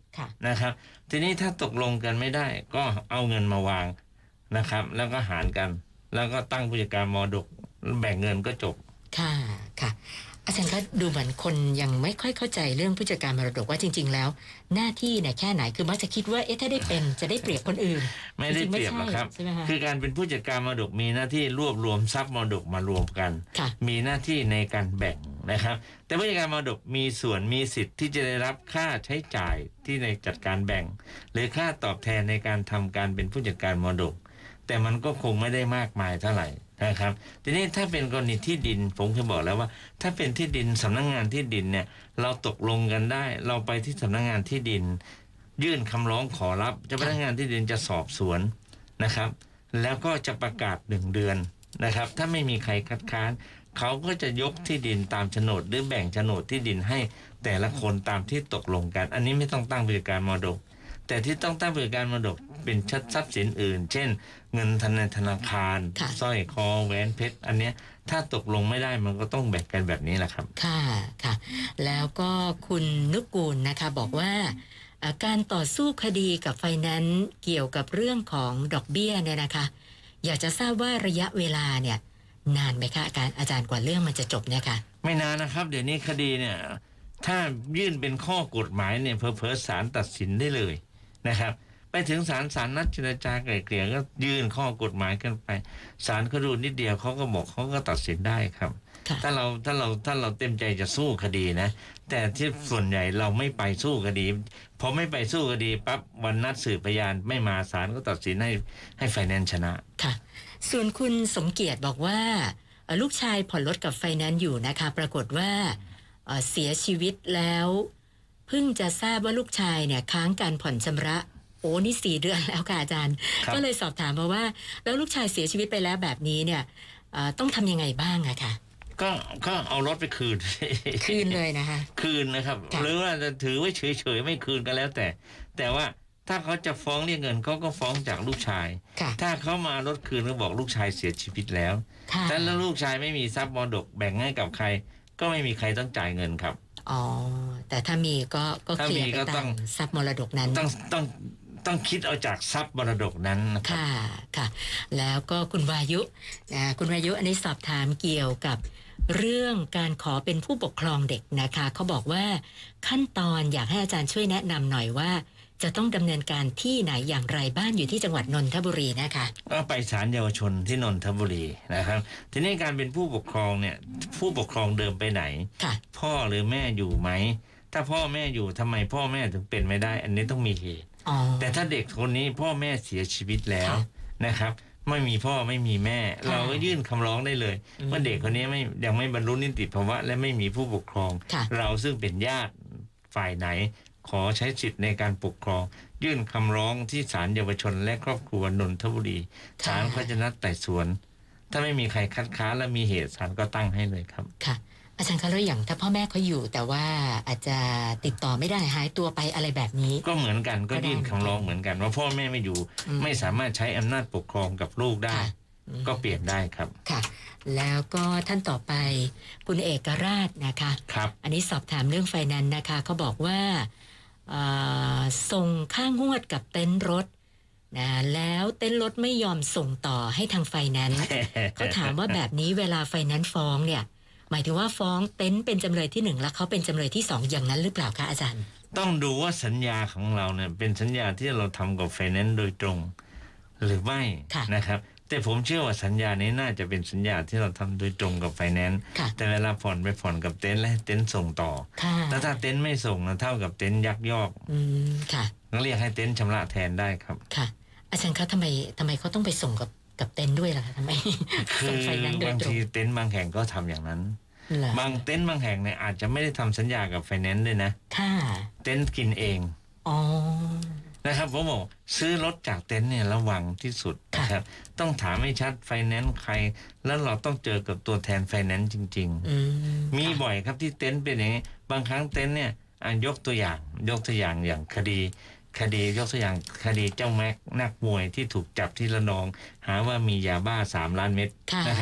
นะครับทีนี้ถ้าตกลงกันไม่ได้ก็เอาเงินมาวางนะครับแล้วก็หารกันแล้วก็ตั้งผู้จัดการมรดกแบ่งเงินก็จบ
ค่ะค่ะอาจารย์ก็ดูเหมือนคนยังไม่ค่อยเข้าใจเรื่องผู้จัดการมรดกว่าจริงๆแล้วหน้าที่เนี่ยแค่ไหนคือมักจะคิดว่าถ้าได้เป็นจะได้เปรียบคนอื่น
ไม่ได้เปรียบหรอกครับคือการเป็นผู้จัดการมรดกมีหน้าที่รวบรวมทรัพย์มรดกมารวมกันมีหน้าที่ในการแบ่งนะครับแต่ผู้จัดการมรดกมีส่วนมีสิทธิ์ที่จะได้รับค่าใช้จ่ายที่ในจัดการแบ่งหรือค่าตอบแทนในการทำการเป็นผู้จัดการมรดกแต่มันก็คงไม่ได้มากมายเท่าไหร่นะครับทีนี้ถ้าเป็นกรณีที่ดินผมเคยบอกแล้วว่าถ้าเป็นที่ดินสำนักงานที่ดินเนี่ยเราตกลงกันได้เราไปที่สำนักงานที่ดินยื่นคำร้องขอรับเจ้าพนักงานที่ดินจะสอบสวนนะครับแล้วก็จะประกาศ1 เดือนนะครับถ้าไม่มีใครคัดค้านเขาก็จะยกที่ดินตามโฉนดหรือแบ่งโฉนดที่ดินให้แต่ละคนตามที่ตกลงกันอันนี้ไม่ต้องตั้งผู้จัดการมรดกแต่ที่ต้องตั้งผู้จัดการมรดกเป็นทรัพย์สินอื่นเช่นเงินในธนาคารสร้อยคอแหวนเพชรอันเนี้ยถ้าตกลงไม่ได้มันก็ต้องแบ่งกันแบบนี้แหละครับ
ค่ะค่ะแล้วก็คุณนุกูลนะคะบอกว่าการต่อสู้คดีกับไฟแนนซ์เกี่ยวกับเรื่องของดอกเบี้ยเนี่ยนะคะอยากจะทราบว่าระยะเวลาเนี่ยนานไหมคะอาจารย์กว่าเรื่องมันจะจบเนี่ยค่ะ
ไม่นานนะครับเดี๋ยวนี้คดีเนี่ยถ้ายื่นเป็นข้อกฎหมายเนี่ยเผลอๆศาลตัดสินได้เลยนะครับไปถึงศาลนัดเจรจาไกล่เกลี่ยก็ยื่นข้อกฎหมายกันไปศาลเขาดูนิดเดียวเขาก็บอกเขาก็ตัดสินได้ครับถ้าเราเต็มใจจะสู้คดีนะแต่ที่ส่วนใหญ่เราไม่ไปสู้คดีพอไม่ไปสู้คดีปั๊บวันนัดสืบพยานไม่มาศาลก็ตัดสินให้ไฟแนนซ์ชนะ
ค่ะส่วนคุณสมเกียรติบอกว่าลูกชายผ่อนรถกับไฟแนนซ์อยู่นะคะปรากฏว่าเสียชีวิตแล้วเพิ่งจะทราบว่าลูกชายเนี่ยค้างการผ่อนชำระนี่4 เดือนแล้วค่ะอาจารย์ก็เลยสอบถามมาว่าแล้วลูกชายเสียชีวิตไปแล้วแบบนี้เนี่ยต้องทำยังไงบ้างอะคะ
ก็เอารถไปคืน
เลยนะคะ
คืนนะครับหรือว่าจะถือไว้เฉยๆไม่คืนก็แล้วแต่ว่าถ้าเขาจะฟ้องเรียกเงินเขาก็ฟ้องจากลูกชายถ้าเขามารถคืนก็บอกลูกชายเสียชีวิตแล้วแต่แล้วลูกชายไม่มีทรัพย์มรดกแบ่งให้กับใครก็ไม่มีใครต้องจ่ายเงินครับ
แต่ถ้ามีก็เคลียร์ไปตามทรัพย์มรดกนั้น
ต้องคิดเอาจากทรัพย์มรดกนั้นนะครับ
ค่ะแล้วก็คุณวายุอันนี้สอบถามเกี่ยวกับเรื่องการขอเป็นผู้ปกครองเด็กนะคะเขาบอกว่าขั้นตอนอยากให้อาจารย์ช่วยแนะนำหน่อยว่าจะต้องดำเนินการที่ไหนอย่างไรบ้านอยู่ที่จังหวัดนนทบุรีนะคะ
ก็ไปศาลเยาวชนที่นนทบุรีนะครับทีนี้การเป็นผู้ปกครองเนี่ยผู้ปกครองเดิมไปไหนพ่อหรือแม่อยู่ไหมถ้าพ่อแม่อยู่ทำไมพ่อแม่ถึงเป็นไม่ได้อันนี้ต้องมีเหตุแต่ถ้าเด็กคนนี้พ่อแม่เสียชีวิตแล้วนะครับไม่มีพ่อไม่มีแม่เราก็ยื่นคำร้องได้เลยว่าเด็กคนนี้ยังไม่บรรลุนิติภาวะและไม่มีผู้ปกครองเราซึ่งเป็นญาติฝ่ายไหนขอใช้สิทธิ์ในการปกครองยื่นคำร้องที่ศาลเยาวชนและครอบครัวนนทบุรีศาลก็จะนัดไต่สวนถ้าไม่มีใครคัดค้านและมีเหตุศาลก็ตั้งให้เลยครับ
ค่ะอาจารย์คะแล้วอย่างถ้าพ่อแม่เขาอยู่แต่ว่าอาจจะติดต่อไม่ได้หายตัวไปอะไรแบบนี้
ก็เหมือนกันก็ยื่นคำร้องเหมือนกันว่าพ่อแม่ไม่อยู่ไม่สามารถใช้อำนาจปกครองกับลูกได้ก็เปลี่ยนได้ครับ
ค่ะแล้วก็ท่านต่อไปคุณเอกราชนะคะ
ครับ
อันนี้สอบถามเรื่องไฟแนนซ์นะคะเขาบอกว่าส่งค่างวดกับเต็นท์รถนะแล้วเต็นท์รถไม่ยอมส่งต่อให้ทางไฟแนนซ์ เขาถามว่าแบบนี้เวลาไฟแนนซ์ฟ้องเนี่ยหมายถึงว่าฟ้องเต็นท์เป็นจำเลยที่1แล้วเขาเป็นจำเลยที่2อย่างนั้นหรือเปล่าคะอาจารย์
ต้องดูว่าสัญญาของเราเนี่ยเป็นสัญญาที่เราทำกับไฟแนนซ์โดยตรงหรือไม่นะครับแต่ผมเชื่อว่าสัญญานี้น่าจะเป็นสัญญาที่เราทำโดยตรงกับไฟแนนซ์แต่เวลาผ่อนไปผ่อนกับเต็นท์และเต็นท์ส่งต่อแล้วถ้าเต็นท์ไม่ส่งนะเท่ากับเต็นท์ยักยอกต้องเรียกให้เต็นท์ชำระแทนได้ครับ
ค่ะอาจารย์คะทำไมเขาต้องไปส่งกับเต็นท์ด้วยล่ะคะทำไม
คือบางทีเต็นท์บางแห่งก็ทำอย่างนั้นบางเต็นท์บางแห่งเนี่ยอาจจะไม่ได้ทำสัญญากับไฟแนนซ์ด้วยนะเต็นท์กินเองนะครับผมบอกซื้อรถจากเต็นท์เนี่ยระวังที่สุดนะครับต้องถามให้ชัดไฟแนนซ์ใครแล้วเราต้องเจอกับตัวแทนไฟแนนซ์จริงๆมีบ่อยครับที่เต็นท์เป็นอย่างนี้บางครั้งเต็นท์เนี่ยยกตัวอย่างอย่างคดียกตัวอย่างคดีเจ้าแม็กนักมวยที่ถูกจับที่ระนองหาว่ามียาบ้า3 ล้านเม็ดนะครับป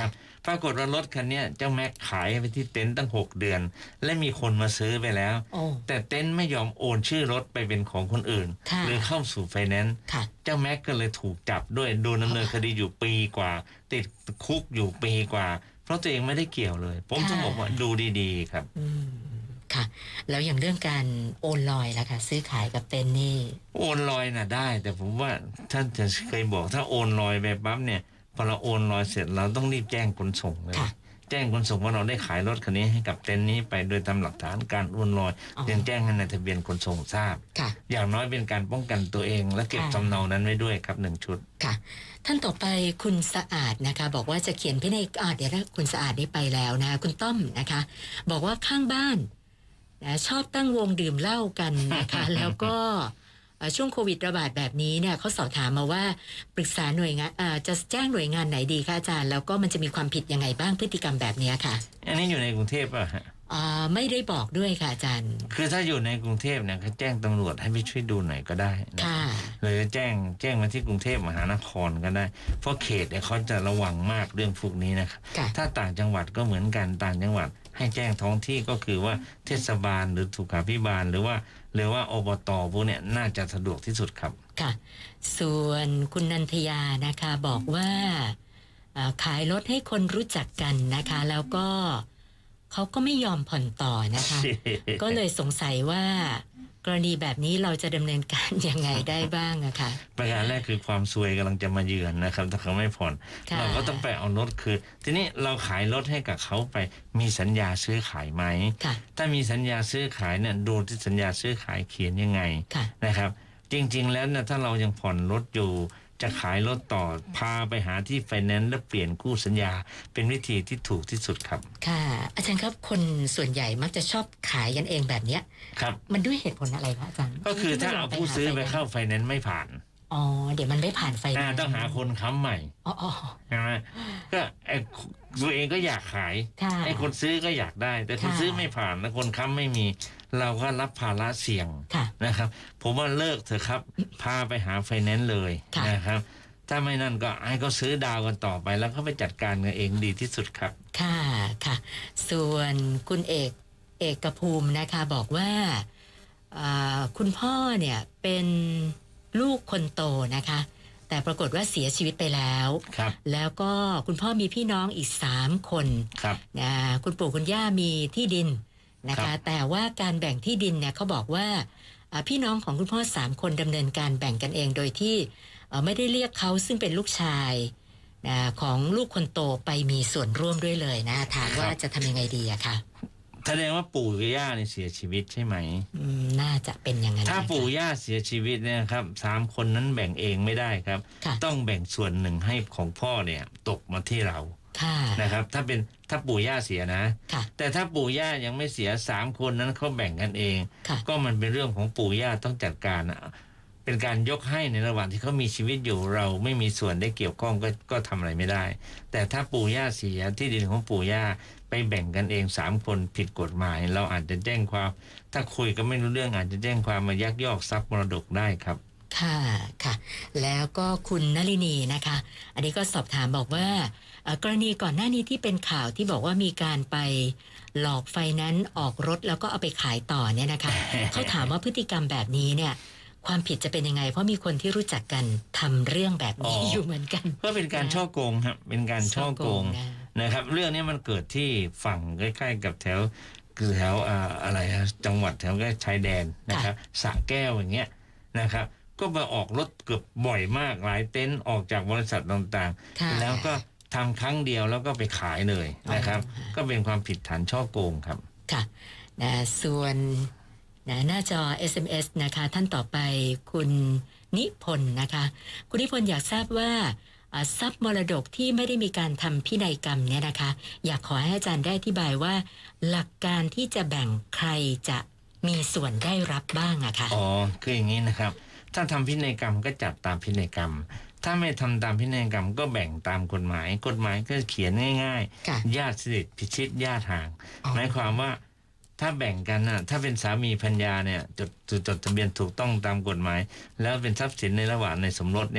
ปรากฏว่ารถคันนี้เจ้าแม็กขายไปที่เต็นท์ตั้ง6 เดือนและมีคนมาซื้อไปแล้วแต่เต็นท์ไม่ยอมโอนชื่อรถไปเป็นของคนอื่นหรือเข้าสู่ไฟแนนซ์เจ้าแม็กก็เลยถูกจับด้วยโดนดำเนินคดีอยู่ปีกว่าติดคุกอยู่ปีกว่าเพราะตัวเองไม่ได้เกี่ยวเลยผมต้องบอกว่าดูดีๆครับ
ค่ะแล้วอย่างเรื่องการโอนลอยล่ะค่ะซื้อขายกับเต็นท์นี่
โอนลอยน่ะได้แต่ผมว่าท่านจะเคยบอกถ้าโอนลอยไปปั๊บเนี่ยพอเราโอนลอยเสร็จเราต้องรีบแจ้งขนส่งเลยแจ้งขนส่งว่าเราได้ขายรถคันนี้ให้กับเต็นท์นี้ไปโดยตามหลักฐานการโอนลอยยังแจ้งให้ในทะเบียนขนส่งทราบอย่างน้อยเป็นการป้องกันตัวเองและเก็บสำเนานั้นไว้ด้วยครับ1 ชุด
ค่ะท่านต่อไปคุณสะอาดนะคะบอกว่าจะเขียนพินัยเดี๋ยวถ้าคุณสะอาดได้ไปแล้วนะคุณต้อมนะคะบอกว่าข้างบ้านนะชอบตั้งวงดื่มเหล้ากันนะคะแล้วก็ช่วงโควิดระบาดแบบนี้เนี่ยเขาสอบถามมาว่าปรึกษาหน่วยงานจะแจ้งหน่วยงานไหนดีคะอาจารย์แล้วก็มันจะมีความผิดยังไงบ้างพฤติกรรมแบบนี้ค่ะ
อันนี้อยู่ในกรุงเทพป่ะฮะ
ไม่ได้บอกด้วยค่ะอาจารย์
คือถ้าอยู่ในกรุงเทพเนี่ยเขาแจ้งตำรวจให้ไปช่วยดูหน่อยก็ได้
ค่ะ
หรือแจ้งมาที่กรุงเทพมหานครก็ได้เพราะเขตเนี่ยเขาจะระวังมากเรื่องพวกนี้นะครับถ้าต่างจังหวัดก็เหมือนกันต่างจังหวัดให้แจ้งท้องที่ก็คือว่าเทศบาลหรือสุขาภิบาลหรือว่าอบต.พวกเนี่ยน่าจะสะดวกที่สุดครับ
ค่ะส่วนคุณนันทยานะคะบอกว่าขายรถให้คนรู้จักกันนะคะแล้วก็เขาก็ไม่ยอมผ่อนต่อนะคะ ก็เลยสงสัยว่ากรณีแบบนี้เราจะดำเนินการยังไงได้บ้างอะคะ
ประการแรกคือความซวยกำลังจะมาเยือนนะครับถ้าเขาไม่ผ่อนเราก็ต้องไปเอารถคืนทีนี้เราขายรถให้กับเขาไปมีสัญญาซื้อขายไหมถ้ามีสัญญาซื้อขายเนี่ยดูที่สัญญาซื้อขายเขียนยังไงนะครับจริงๆแล้วเนี่ยถ้าเรายังผ่อนรถอยู่จะขายรถต่อพาไปหาที่ไฟแนนซ์และเปลี่ยนคู่สัญญาเป็นวิธีที่ถูกที่สุดครับ
ค่ะอาจารย์ครับคนส่วนใหญ่มักจะชอบขายกันเองแบบเนี้ย
ครับ
มันด้วยเหตุผลอะไรคะอาจารย์
ก็คือถ้าเอาผู้ซื้อไปเข้าไฟแนนซ์ไม่ผ่าน
เดี๋ยวมันไม่ผ่านไฟแนนซ์
ต้องหาคนค้ำใหม่ใช่ไหมก็ตัวเองก็อยากขายไอ้คนซื้อก็อยากได้แต่คนซื้อไม่ผ่านแล้วคนค้ำไม่มีเราก็รับภาระเสี่ยงนะครับผมว่าเลิกเถอะครับพาไปหาไฟแนนซ์เลยนะครับถ้าไม่นั่นก็ให้เขาซื้อดาวกันต่อไปแล้วเขาไปจัดการกันเองดีที่สุดครับ
ค่ะค่ะส่วนคุณเอกภูมินะคะบอกว่าคุณพ่อเนี่ยเป็นลูกคนโตนะคะแต่ปรากฏว่าเสียชีวิตไปแล้วแล้วก็คุณพ่อมีพี่น้องอีก3 คนคุณปู่คุณย่ามีที่ดินนะคะแต่ว่าการแบ่งที่ดินเนี่ยเขาบอกว่าพี่น้องของคุณพ่อ3 คนดำเนินการแบ่งกันเองโดยที่ไม่ได้เรียกเขาซึ่งเป็นลูกชายของลูกคนโตไปมีส่วนร่วมด้วยเลยนะถามว่าจะทำยังไงดีอะคะ
แสดงว่าปู่กับย่าเนี่ยเสียชีวิตใช่ไหม
น่าจะเป็นอย่างนั้น
ถ้าปู่ย่าเสียชีวิตเนี่ยครับ3 คนนั้นแบ่งเองไม่ได้ครับต้องแบ่งส่วนหนึ่งให้ของพ่อเนี่ยตกมาที่เรานะครับถ้าปู่ย่าเสียนะแต่ถ้าปู่ย่ายังไม่เสีย3 คนนั้นเขาแบ่งกันเองก็มันเป็นเรื่องของปู่ย่าต้องจัดการเป็นการยกให้ในระหว่างที่เขามีชีวิตอยู่เราไม่มีส่วนได้เกี่ยวข้องก็ทำอะไรไม่ได้แต่ถ้าปู่ย่าเสียที่ดินของปู่ย่าไปแบ่งกันเอง3 คนผิดกฎหมายเราอาจจะแจ้งความถ้าคุยกันไม่รู้เรื่องอาจจะแจ้งความมายักยอกทรัพย์มรดกได้ครับ
ค่ะค่ะแล้วก็คุณนลินีนะคะอันนี้ก็สอบถามบอกว่ากรณีก่อนหน้านี้ที่เป็นข่าวที่บอกว่ามีการไปหลอกไฟแนนซ์ออกรถแล้วก็เอาไปขายต่อเนี่ยนะคะ เขาถามว่าพฤติกรรมแบบนี้เนี่ยความผิดจะเป็นยังไงเพราะมีคนที่รู้จักกันทำเรื่องแบบนี้อยู่เหมือนกัน
ก็เป็นการช่อโกงครับเป็นการช่อโกงนะครับเรื่องนี้มันเกิดที่ฝั่งใกล้ๆกับแถวอะไรจังหวัดแถวใกล้ชายแดนนะครับสระแก้วอย่างเงี้ยนะครับก็มาออกรถเกือบบ่อยมากหลายเต็นท์ออกจากบริษัทต่างๆแล้วก็ทำครั้งเดียวแล้วก็ไปขายเลยนะครับก็เป็นความผิดฐานช่อโกงครับ
ค่ะส่วนหน้าจอ SMS นะคะท่านต่อไปคุณนิพนธ์นะคะคุณนิพนธ์อยากทราบว่าทรัพย์มรดกที่ไม่ได้มีการทำพินัยกรรมเนี่ยนะคะอยากขอให้อาจารย์ได้อธิบายว่าหลักการที่จะแบ่งใครจะมีส่วนได้รับบ้างอะคะ
คืออย่างนี้นะครับถ้าทำพินัยกรรมก็จัดตามพินัยกรรมถ้าไม่ทำตามพินัยกรรมก็แบ่งตามกฎหมายก็เขียนง่ายๆญาติสนิทพิชิตญาติห่างหมายความว่าถ้าแบ่งกันถ้าเป็นสามีภรรยาเนี่ยจดทะเบียนถูกต้องตามกฎหมายแล้วเป็นทรัพย์สินในระหว่างในสมรสเนี่ย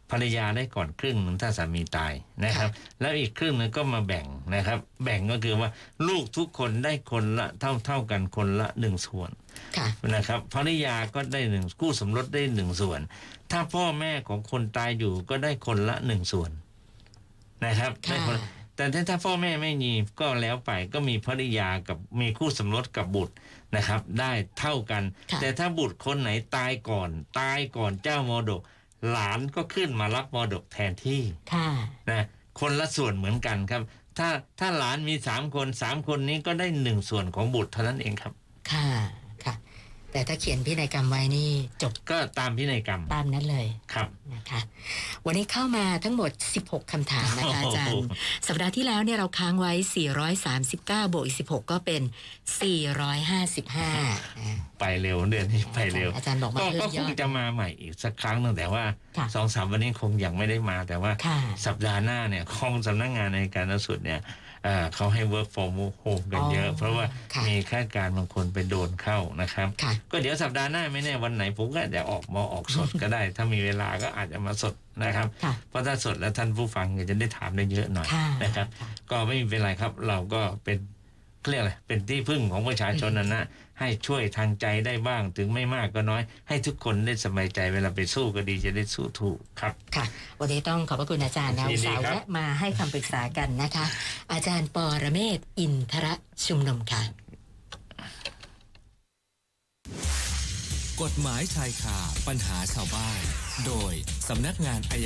ภรรยาได้ก่อนครึ่งนึงถ้าสามีตายนะครับแล้วอีกครึ่งนึงก็มาแบ่งนะครับแบ่งก็คือว่าลูกทุกคนได้คนละเท่ากันคนละ1 ส่วนนะครับภรรยาก็ได้1คู่สมรสได้1 ส่วนถ้าพ่อแม่ของคนตายอยู่ก็ได้คนละ1 ส่วนนะครับได้คนแต่ถ้าพ่อแม่ไม่มีก็แล้วไปก็มีภรรยากับมีคู่สมรสกับบุตรนะครับได้เท่ากันแต่ถ้าบุตรคนไหนตายก่อนเจ้ามรดกหลานก็ขึ้นมารับมรดกแทนที่นะคนละส่วนเหมือนกันครับถ้าหลานมี3 คน3 คนนี้ก็ได้1 ส่วนของบุตรเท่านั้นเองครับ
ค่ะแต่ถ้าเขียนพินัยกรรมไว้นี่จบ
ก็ตามพินัยกรรม
ตามนั้นเลย
ครับ
นะคะวันนี้เข้ามาทั้งหมด16 คำถามนะคะอาจารย์สัปดาห์ที่แล้วเนี่ยเราค้างไว้439บวกอีก16ก็เป็น455
ไปเร็วเดือนนี้ไปเร็ว
อาจารย์บอกมา
ก็คงจะมาใหม่อีกสักครั้งนึงแต่ว่า 2-3 วันนี้คงยังไม่ได้มาแต่ว่าสัปดาห์หน้าเนี่ยของสำนักงานอัยการสูงสุดเนี่ยเขาให้ work from home กันเยอะเพราะว่ามีข้าราชการบางคนไปโดนเข้านะครับก็เดี๋ยวสัปดาห์หน้าไม่แน่วันไหนผมก็จะออกสดก็ได้ถ้ามีเวลาก็อาจจะมาสดนะครับเพราะถ้าสดแล้วท่านผู้ฟังจะได้ถามได้เยอะหน่อยนะครับก็ไม่เป็นไรครับเราก็เป็นเรียกอะไรเป็นที่พึ่งของประชาชนนะให้ช่วยทางใจได้บ้างถึงไม่มากก็น้อยให้ทุกคนได้สบายใจเวลาไปสู้ก็ดีจะได้สู้ถูกครับ
ค่ะวันนี้ต้องขอบพระคุณอาจารย์นะอุตส่าห์แวะมาให้คำปรึกษากันนะคะอาจารย์ปรเมศวร์อินทรชุมนุมค่ะ
กฎหมายชายคาปัญหาชาวบ้านโดยสำนักงานอัย